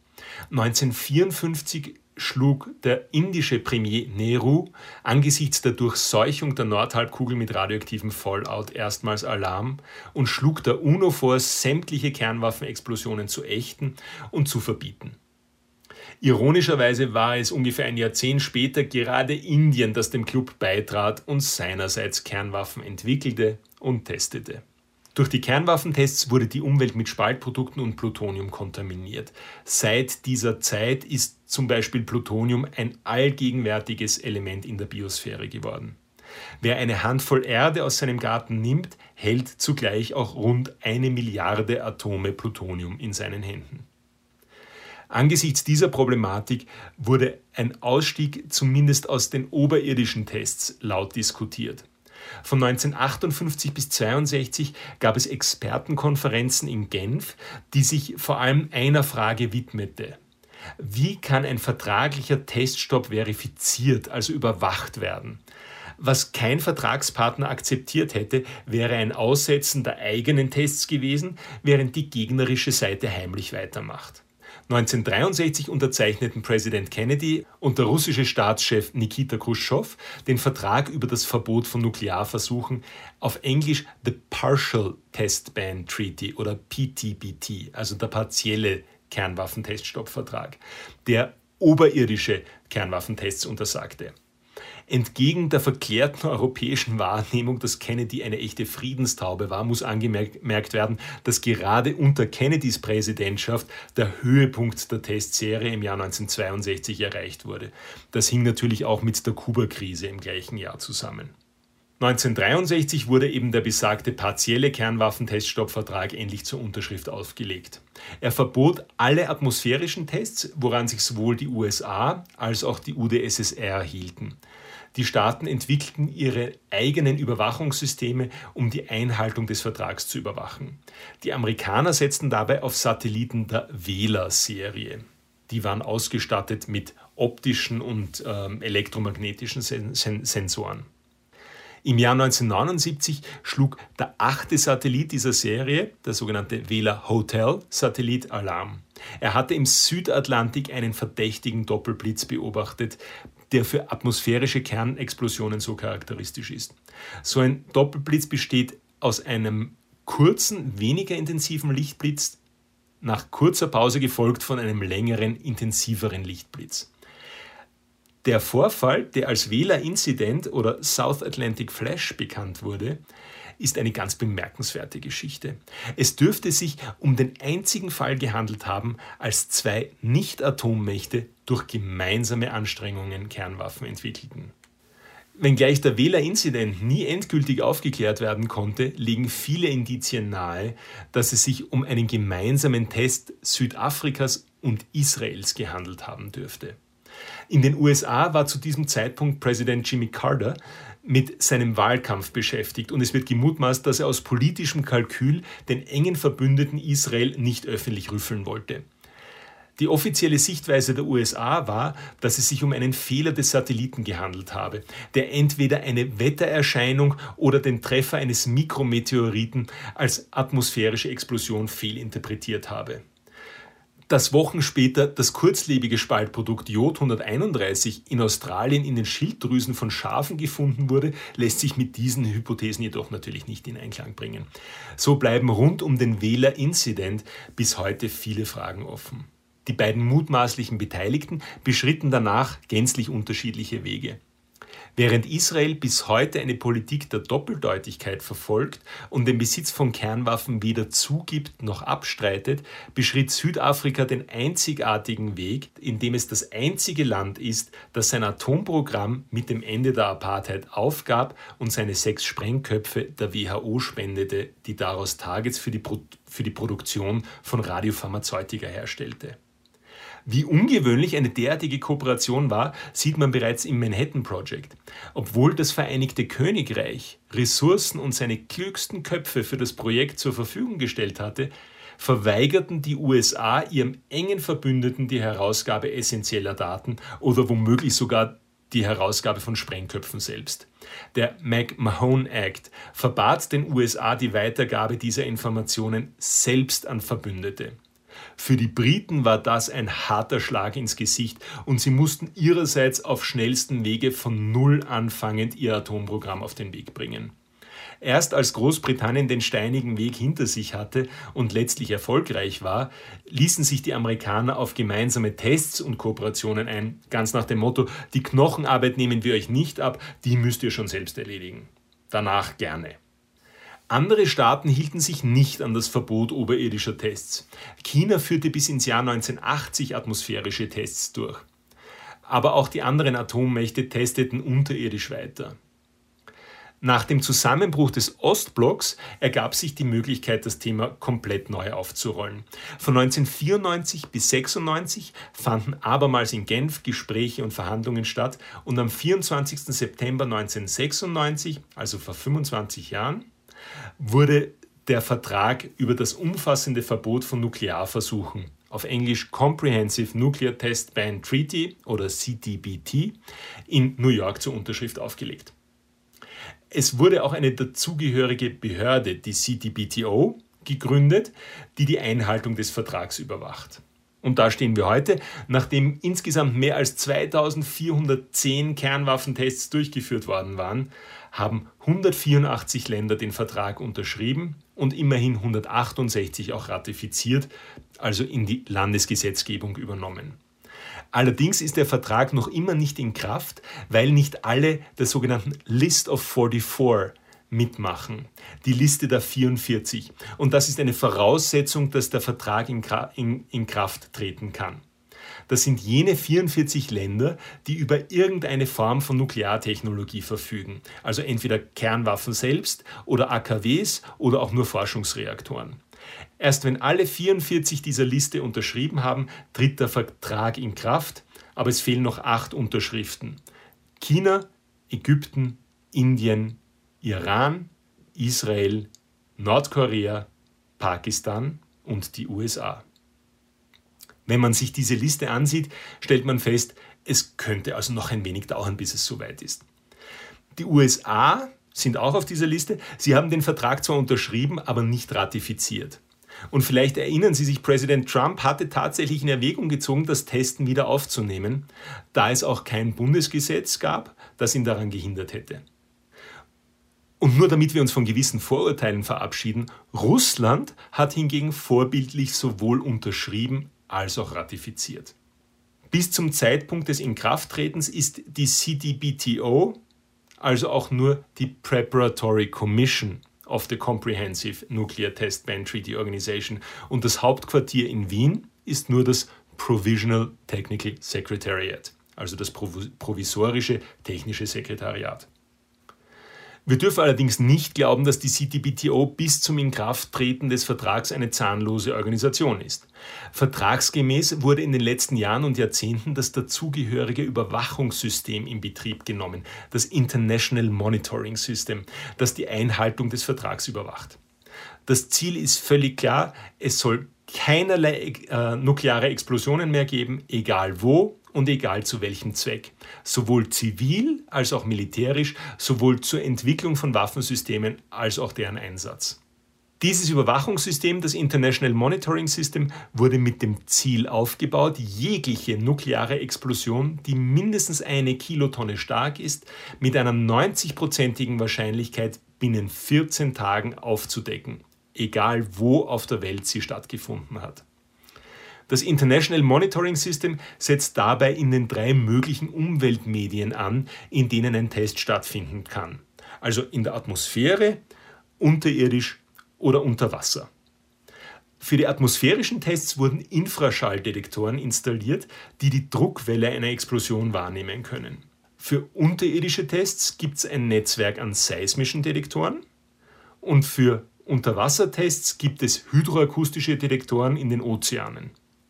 1954 schlug der indische Premier Nehru angesichts der Durchseuchung der Nordhalbkugel mit radioaktivem Fallout erstmals Alarm und schlug der UNO vor, sämtliche Kernwaffenexplosionen zu ächten und zu verbieten. Ironischerweise war es ungefähr ein Jahrzehnt später gerade Indien, das dem Club beitrat und seinerseits Kernwaffen entwickelte und testete. Durch die Kernwaffentests wurde die Umwelt mit Spaltprodukten und Plutonium kontaminiert. Seit dieser Zeit ist zum Beispiel Plutonium ein allgegenwärtiges Element in der Biosphäre geworden. Wer eine Handvoll Erde aus seinem Garten nimmt, hält zugleich auch rund 1 Milliarde Atome Plutonium in seinen Händen. Angesichts dieser Problematik wurde ein Ausstieg zumindest aus den oberirdischen Tests laut diskutiert. Von 1958 bis 1962 gab es Expertenkonferenzen in Genf, die sich vor allem einer Frage widmete. Wie kann ein vertraglicher Teststopp verifiziert, also überwacht werden? Was kein Vertragspartner akzeptiert hätte, wäre ein Aussetzen der eigenen Tests gewesen, während die gegnerische Seite heimlich weitermacht. 1963 unterzeichneten Präsident Kennedy und der russische Staatschef Nikita Chruschtschow den Vertrag über das Verbot von Nuklearversuchen, auf Englisch The Partial Test Ban Treaty oder PTBT, also der partielle Kernwaffenteststoppvertrag, der oberirdische Kernwaffentests untersagte. Entgegen der verklärten europäischen Wahrnehmung, dass Kennedy eine echte Friedenstaube war, muss angemerkt werden, dass gerade unter Kennedys Präsidentschaft der Höhepunkt der Testserie im Jahr 1962 erreicht wurde. Das hing natürlich auch mit der Kuba-Krise im gleichen Jahr zusammen. 1963 wurde eben der besagte partielle Kernwaffenteststoppvertrag endlich zur Unterschrift aufgelegt. Er verbot alle atmosphärischen Tests, woran sich sowohl die USA als auch die UdSSR hielten. Die Staaten entwickelten ihre eigenen Überwachungssysteme, um die Einhaltung des Vertrags zu überwachen. Die Amerikaner setzten dabei auf Satelliten der Vela-Serie. Die waren ausgestattet mit optischen und elektromagnetischen Sensoren. Im Jahr 1979 schlug der 8. Satellit dieser Serie, der sogenannte Vela Hotel-Satellit, Alarm. Er hatte im Südatlantik einen verdächtigen Doppelblitz beobachtet, der für atmosphärische Kernexplosionen so charakteristisch ist. So ein Doppelblitz besteht aus einem kurzen, weniger intensiven Lichtblitz, nach kurzer Pause gefolgt von einem längeren, intensiveren Lichtblitz. Der Vorfall, der als Vela-Incident oder South Atlantic Flash bekannt wurde, ist eine ganz bemerkenswerte Geschichte. Es dürfte sich um den einzigen Fall gehandelt haben, als 2 Nicht-Atommächte durch gemeinsame Anstrengungen Kernwaffen entwickelten. Wenngleich der Vela-Incident nie endgültig aufgeklärt werden konnte, legen viele Indizien nahe, dass es sich um einen gemeinsamen Test Südafrikas und Israels gehandelt haben dürfte. In den USA war zu diesem Zeitpunkt Präsident Jimmy Carter mit seinem Wahlkampf beschäftigt und es wird gemutmaßt, dass er aus politischem Kalkül den engen Verbündeten Israel nicht öffentlich rüffeln wollte. Die offizielle Sichtweise der USA war, dass es sich um einen Fehler des Satelliten gehandelt habe, der entweder eine Wettererscheinung oder den Treffer eines Mikrometeoriten als atmosphärische Explosion fehlinterpretiert habe. Dass Wochen später das kurzlebige Spaltprodukt Jod 131 in Australien in den Schilddrüsen von Schafen gefunden wurde, lässt sich mit diesen Hypothesen jedoch natürlich nicht in Einklang bringen. So bleiben rund um den Vela-Incident bis heute viele Fragen offen. Die beiden mutmaßlichen Beteiligten beschritten danach gänzlich unterschiedliche Wege. Während Israel bis heute eine Politik der Doppeldeutigkeit verfolgt und den Besitz von Kernwaffen weder zugibt noch abstreitet, beschritt Südafrika den einzigartigen Weg, indem es das einzige Land ist, das sein Atomprogramm mit dem Ende der Apartheid aufgab und seine 6 Sprengköpfe der WHO spendete, die daraus Targets für die Produktion von Radiopharmazeutika herstellte. Wie ungewöhnlich eine derartige Kooperation war, sieht man bereits im Manhattan Project. Obwohl das Vereinigte Königreich Ressourcen und seine klügsten Köpfe für das Projekt zur Verfügung gestellt hatte, verweigerten die USA ihrem engen Verbündeten die Herausgabe essentieller Daten oder womöglich sogar die Herausgabe von Sprengköpfen selbst. Der McMahon Act verbat den USA die Weitergabe dieser Informationen selbst an Verbündete. Für die Briten war das ein harter Schlag ins Gesicht und sie mussten ihrerseits auf schnellstem Wege von Null anfangend ihr Atomprogramm auf den Weg bringen. Erst als Großbritannien den steinigen Weg hinter sich hatte und letztlich erfolgreich war, ließen sich die Amerikaner auf gemeinsame Tests und Kooperationen ein, ganz nach dem Motto, die Knochenarbeit nehmen wir euch nicht ab, die müsst ihr schon selbst erledigen. Danach gerne. Andere Staaten hielten sich nicht an das Verbot oberirdischer Tests. China führte bis ins Jahr 1980 atmosphärische Tests durch. Aber auch die anderen Atommächte testeten unterirdisch weiter. Nach dem Zusammenbruch des Ostblocks ergab sich die Möglichkeit, das Thema komplett neu aufzurollen. Von 1994 bis 1996 fanden abermals in Genf Gespräche und Verhandlungen statt und am 24. September 1996, also vor 25 Jahren, wurde der Vertrag über das umfassende Verbot von Nuklearversuchen, auf Englisch Comprehensive Nuclear Test Ban Treaty oder CTBT, in New York zur Unterschrift aufgelegt. Es wurde auch eine dazugehörige Behörde, die CTBTO, gegründet, die die Einhaltung des Vertrags überwacht. Und da stehen wir heute, nachdem insgesamt mehr als 2410 Kernwaffentests durchgeführt worden waren, haben 184 Länder den Vertrag unterschrieben und immerhin 168 auch ratifiziert, also in die Landesgesetzgebung übernommen. Allerdings ist der Vertrag noch immer nicht in Kraft, weil nicht alle der sogenannten List of 44 mitmachen, die Liste der 44. Und das ist eine Voraussetzung, dass der Vertrag in Kraft treten kann. Das sind jene 44 Länder, die über irgendeine Form von Nukleartechnologie verfügen, also entweder Kernwaffen selbst oder AKWs oder auch nur Forschungsreaktoren. Erst wenn alle 44 dieser Liste unterschrieben haben, tritt der Vertrag in Kraft, aber es fehlen noch 8 Unterschriften. China, Ägypten, Indien, Iran, Israel, Nordkorea, Pakistan und die USA. Wenn man sich diese Liste ansieht, stellt man fest, es könnte also noch ein wenig dauern, bis es soweit ist. Die USA sind auch auf dieser Liste. Sie haben den Vertrag zwar unterschrieben, aber nicht ratifiziert. Und vielleicht erinnern Sie sich, Präsident Trump hatte tatsächlich in Erwägung gezogen, das Testen wieder aufzunehmen, da es auch kein Bundesgesetz gab, das ihn daran gehindert hätte. Und nur damit wir uns von gewissen Vorurteilen verabschieden, Russland hat hingegen vorbildlich sowohl unterschrieben als auch ratifiziert. Bis zum Zeitpunkt des Inkrafttretens ist die CTBTO, also auch nur die Preparatory Commission of the Comprehensive Nuclear Test Ban Treaty Organization, und das Hauptquartier in Wien ist nur das Provisional Technical Secretariat, also das provisorische technische Sekretariat. Wir dürfen allerdings nicht glauben, dass die CTBTO bis zum Inkrafttreten des Vertrags eine zahnlose Organisation ist. Vertragsgemäß wurde in den letzten Jahren und Jahrzehnten das dazugehörige Überwachungssystem in Betrieb genommen, das International Monitoring System, das die Einhaltung des Vertrags überwacht. Das Ziel ist völlig klar, es soll keinerlei nukleare Explosionen mehr geben, egal wo und egal zu welchem Zweck. Sowohl zivil als auch militärisch, sowohl zur Entwicklung von Waffensystemen als auch deren Einsatz. Dieses Überwachungssystem, das International Monitoring System, wurde mit dem Ziel aufgebaut, jegliche nukleare Explosion, die mindestens 1 Kilotonne stark ist, mit einer 90-prozentigen Wahrscheinlichkeit binnen 14 Tagen aufzudecken, egal wo auf der Welt sie stattgefunden hat. Das International Monitoring System setzt dabei in den 3 möglichen Umweltmedien an, in denen ein Test stattfinden kann. Also in der Atmosphäre, unterirdisch oder unter Wasser. Für die atmosphärischen Tests wurden Infraschalldetektoren installiert, die die Druckwelle einer Explosion wahrnehmen können. Für unterirdische Tests gibt es ein Netzwerk an seismischen Detektoren und für Unterwassertests gibt es hydroakustische Detektoren in den Ozeanen.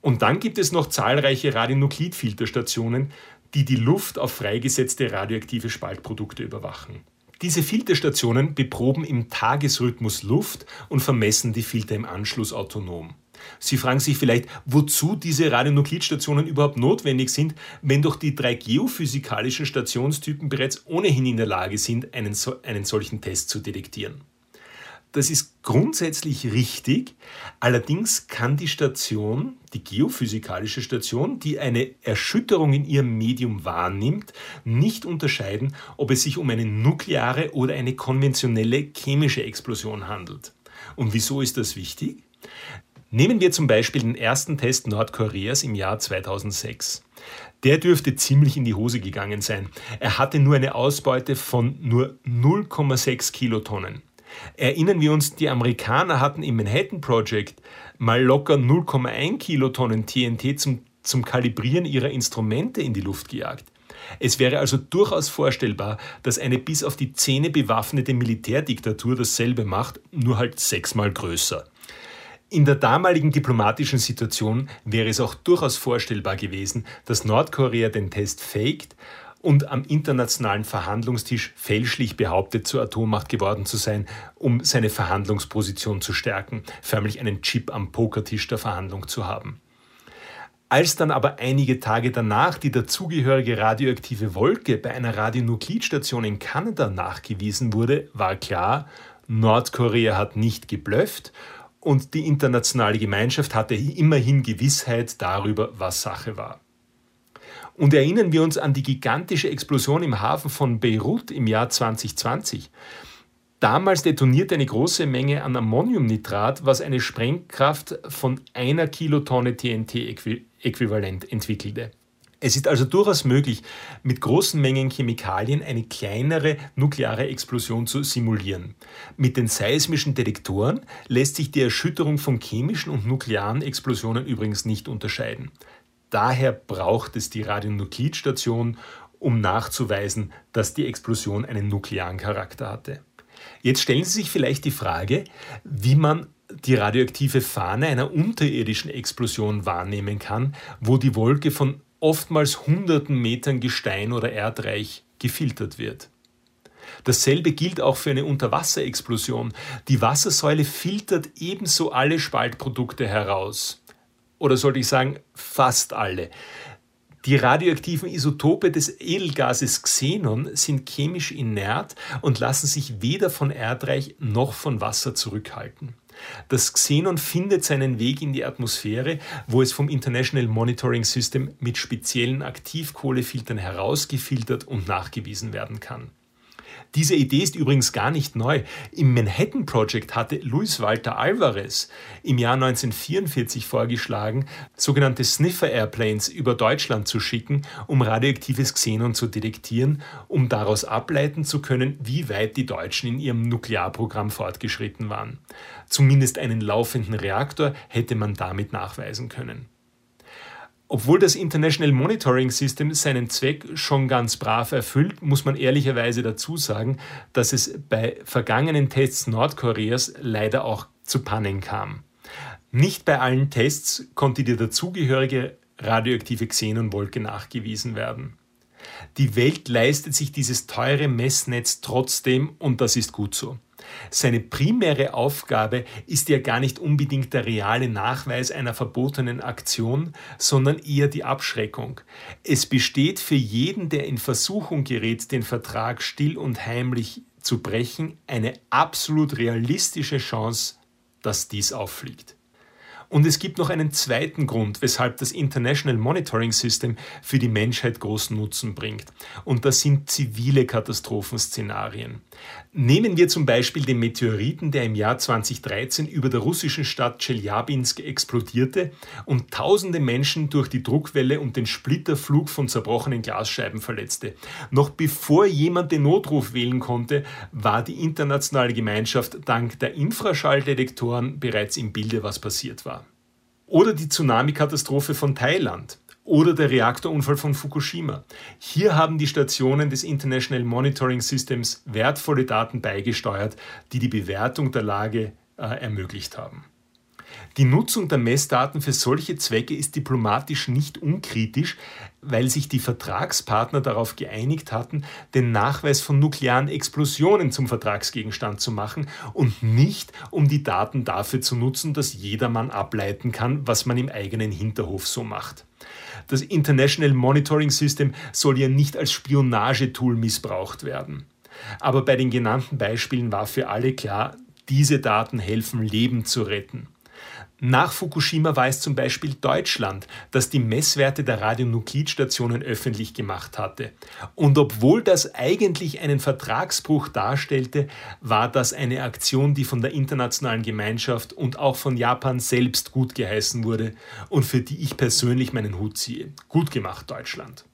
Und dann gibt es noch zahlreiche Radionuklidfilterstationen, die die Luft auf freigesetzte radioaktive Spaltprodukte überwachen. Diese Filterstationen beproben im Tagesrhythmus Luft und vermessen die Filter im Anschluss autonom. Sie fragen sich vielleicht, wozu diese Radionuklidstationen überhaupt notwendig sind, wenn doch die 3 geophysikalischen Stationstypen bereits ohnehin in der Lage sind, einen solchen Test zu detektieren. Das ist grundsätzlich richtig, allerdings kann die Station, die geophysikalische Station, die eine Erschütterung in ihrem Medium wahrnimmt, nicht unterscheiden, ob es sich um eine nukleare oder eine konventionelle chemische Explosion handelt. Und wieso ist das wichtig? Nehmen wir zum Beispiel den ersten Test Nordkoreas im Jahr 2006. Der dürfte ziemlich in die Hose gegangen sein. Er hatte nur eine Ausbeute von nur 0,6 Kilotonnen. Erinnern wir uns, die Amerikaner hatten im Manhattan Project mal locker 0,1 Kilotonnen TNT zum Kalibrieren ihrer Instrumente in die Luft gejagt. Es wäre also durchaus vorstellbar, dass eine bis auf die Zähne bewaffnete Militärdiktatur dasselbe macht, nur halt 6-mal größer. In der damaligen diplomatischen Situation wäre es auch durchaus vorstellbar gewesen, dass Nordkorea den Test faked und am internationalen Verhandlungstisch fälschlich behauptet, zur Atommacht geworden zu sein, um seine Verhandlungsposition zu stärken, förmlich einen Chip am Pokertisch der Verhandlung zu haben. Als dann aber einige Tage danach die dazugehörige radioaktive Wolke bei einer Radionuklidstation in Kanada nachgewiesen wurde, war klar, Nordkorea hat nicht geblufft und die internationale Gemeinschaft hatte immerhin Gewissheit darüber, was Sache war. Und erinnern wir uns an die gigantische Explosion im Hafen von Beirut im Jahr 2020. Damals detonierte eine große Menge an Ammoniumnitrat, was eine Sprengkraft von 1 Kilotonne TNT-Äquivalent entwickelte. Es ist also durchaus möglich, mit großen Mengen Chemikalien eine kleinere nukleare Explosion zu simulieren. Mit den seismischen Detektoren lässt sich die Erschütterung von chemischen und nuklearen Explosionen übrigens nicht unterscheiden. Daher braucht es die Radionuklidstation, um nachzuweisen, dass die Explosion einen nuklearen Charakter hatte. Jetzt stellen Sie sich vielleicht die Frage, wie man die radioaktive Fahne einer unterirdischen Explosion wahrnehmen kann, wo die Wolke von oftmals hunderten Metern Gestein oder Erdreich gefiltert wird. Dasselbe gilt auch für eine Unterwasserexplosion. Die Wassersäule filtert ebenso alle Spaltprodukte heraus. Oder sollte ich sagen, fast alle. Die radioaktiven Isotope des Edelgases Xenon sind chemisch inert und lassen sich weder von Erdreich noch von Wasser zurückhalten. Das Xenon findet seinen Weg in die Atmosphäre, wo es vom International Monitoring System mit speziellen Aktivkohlefiltern herausgefiltert und nachgewiesen werden kann. Diese Idee ist übrigens gar nicht neu. Im Manhattan Project hatte Luis Walter Alvarez im Jahr 1944 vorgeschlagen, sogenannte Sniffer-Airplanes über Deutschland zu schicken, um radioaktives Xenon zu detektieren, um daraus ableiten zu können, wie weit die Deutschen in ihrem Nuklearprogramm fortgeschritten waren. Zumindest einen laufenden Reaktor hätte man damit nachweisen können. Obwohl das International Monitoring System seinen Zweck schon ganz brav erfüllt, muss man ehrlicherweise dazu sagen, dass es bei vergangenen Tests Nordkoreas leider auch zu Pannen kam. Nicht bei allen Tests konnte die dazugehörige radioaktive Xenonwolke nachgewiesen werden. Die Welt leistet sich dieses teure Messnetz trotzdem und das ist gut so. Seine primäre Aufgabe ist ja gar nicht unbedingt der reale Nachweis einer verbotenen Aktion, sondern eher die Abschreckung. Es besteht für jeden, der in Versuchung gerät, den Vertrag still und heimlich zu brechen, eine absolut realistische Chance, dass dies auffliegt. Und es gibt noch einen zweiten Grund, weshalb das International Monitoring System für die Menschheit großen Nutzen bringt. Und das sind zivile Katastrophenszenarien. Nehmen wir zum Beispiel den Meteoriten, der im Jahr 2013 über der russischen Stadt Tscheljabinsk explodierte und tausende Menschen durch die Druckwelle und den Splitterflug von zerbrochenen Glasscheiben verletzte. Noch bevor jemand den Notruf wählen konnte, war die internationale Gemeinschaft dank der Infraschalldetektoren bereits im Bilde, was passiert war. Oder die Tsunami-Katastrophe von Thailand oder der Reaktorunfall von Fukushima. Hier haben die Stationen des International Monitoring Systems wertvolle Daten beigesteuert, die die Bewertung der Lage ermöglicht haben. Die Nutzung der Messdaten für solche Zwecke ist diplomatisch nicht unkritisch, weil sich die Vertragspartner darauf geeinigt hatten, den Nachweis von nuklearen Explosionen zum Vertragsgegenstand zu machen und nicht, um die Daten dafür zu nutzen, dass jedermann ableiten kann, was man im eigenen Hinterhof so macht. Das International Monitoring System soll ja nicht als Spionagetool missbraucht werden. Aber bei den genannten Beispielen war für alle klar, diese Daten helfen, Leben zu retten. Nach Fukushima war es zum Beispiel Deutschland, das die Messwerte der Radionukleidstationen öffentlich gemacht hatte. Und obwohl das eigentlich einen Vertragsbruch darstellte, war das eine Aktion, die von der internationalen Gemeinschaft und auch von Japan selbst gut geheißen wurde und für die ich persönlich meinen Hut ziehe. Gut gemacht, Deutschland.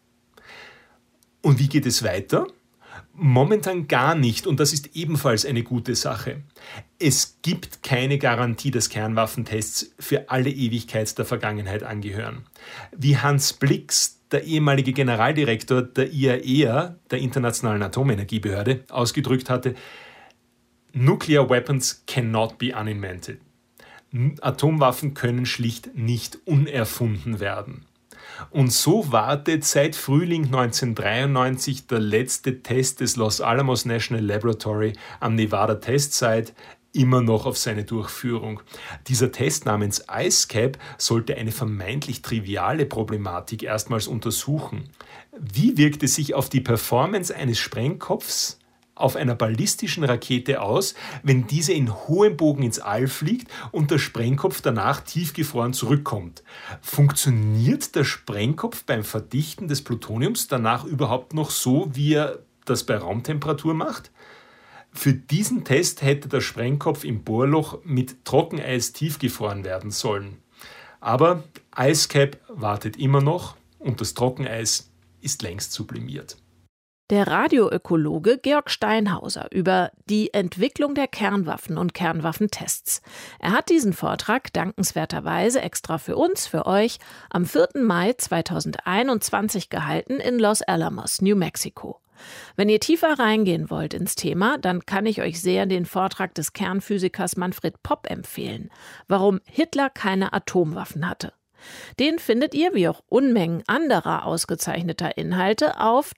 Und wie geht es weiter? Momentan gar nicht und das ist ebenfalls eine gute Sache. Es gibt keine Garantie, dass Kernwaffentests für alle Ewigkeit der Vergangenheit angehören. Wie Hans Blix, der ehemalige Generaldirektor der IAEA, der Internationalen Atomenergiebehörde, ausgedrückt hatte, Nuclear weapons cannot be uninvented. Atomwaffen können schlicht nicht unerfunden werden. Und so wartet seit Frühling 1993 der letzte Test des Los Alamos National Laboratory am Nevada Test Site immer noch auf seine Durchführung. Dieser Test namens IceCap sollte eine vermeintlich triviale Problematik erstmals untersuchen. Wie wirkt es sich auf die Performance eines Sprengkopfs auf einer ballistischen Rakete aus, wenn diese in hohem Bogen ins All fliegt und der Sprengkopf danach tiefgefroren zurückkommt? Funktioniert der Sprengkopf beim Verdichten des Plutoniums danach überhaupt noch so, wie er das bei Raumtemperatur macht? Für diesen Test hätte der Sprengkopf im Bohrloch mit Trockeneis tiefgefroren werden sollen. Aber IceCap wartet immer noch und das Trockeneis ist längst sublimiert. Der Radioökologe Georg Steinhauser über die Entwicklung der Kernwaffen und Kernwaffentests. Er hat diesen Vortrag dankenswerterweise extra für uns, für euch, am 4. Mai 2021 gehalten in Los Alamos, New Mexico. Wenn ihr tiefer reingehen wollt ins Thema, dann kann ich euch sehr den Vortrag des Kernphysikers Manfred Popp empfehlen, warum Hitler keine Atomwaffen hatte. Den findet ihr, wie auch Unmengen anderer ausgezeichneter Inhalte, auf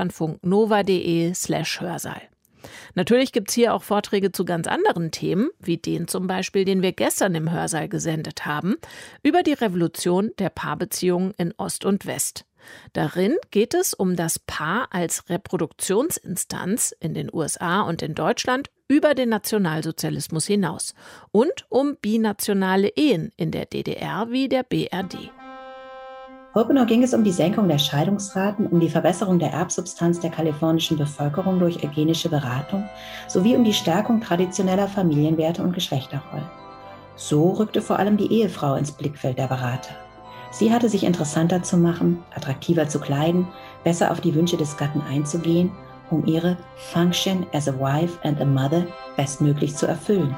deutschlandfunknova.de/Hörsaal. Natürlich gibt's hier auch Vorträge zu ganz anderen Themen, wie den zum Beispiel, den wir gestern im Hörsaal gesendet haben, über die Revolution der Paarbeziehungen in Ost und West. Darin geht es um das Paar als Reproduktionsinstanz in den USA und in Deutschland über den Nationalsozialismus hinaus und um binationale Ehen in der DDR wie der BRD. Openow ging es um die Senkung der Scheidungsraten, um die Verbesserung der Erbsubstanz der kalifornischen Bevölkerung durch eugenische Beratung sowie um die Stärkung traditioneller Familienwerte und Geschlechterrollen. So rückte vor allem die Ehefrau ins Blickfeld der Berater. Sie hatte sich interessanter zu machen, attraktiver zu kleiden, besser auf die Wünsche des Gatten einzugehen, um ihre Function as a wife and a mother bestmöglich zu erfüllen.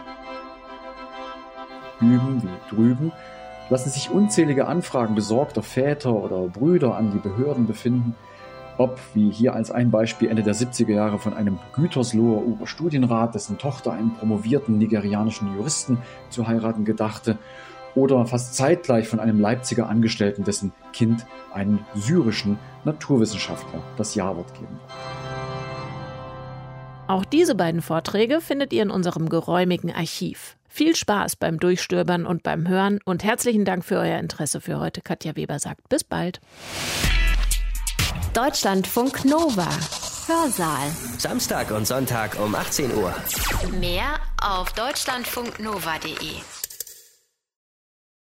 Hüben wie drüben lassen sich unzählige Anfragen besorgter Väter oder Brüder an die Behörden befinden, ob, wie hier als ein Beispiel Ende der 70er Jahre von einem Gütersloher Oberstudienrat, dessen Tochter einen promovierten nigerianischen Juristen zu heiraten gedachte, oder fast zeitgleich von einem Leipziger Angestellten, dessen Kind einen syrischen Naturwissenschaftler das Ja-Wort geben wird. Auch diese beiden Vorträge findet ihr in unserem geräumigen Archiv. Viel Spaß beim Durchstöbern und beim Hören und herzlichen Dank für euer Interesse für heute. Katja Weber sagt bis bald. Deutschlandfunk Nova. Hörsaal. Samstag und Sonntag um 18 Uhr. Mehr auf deutschlandfunknova.de.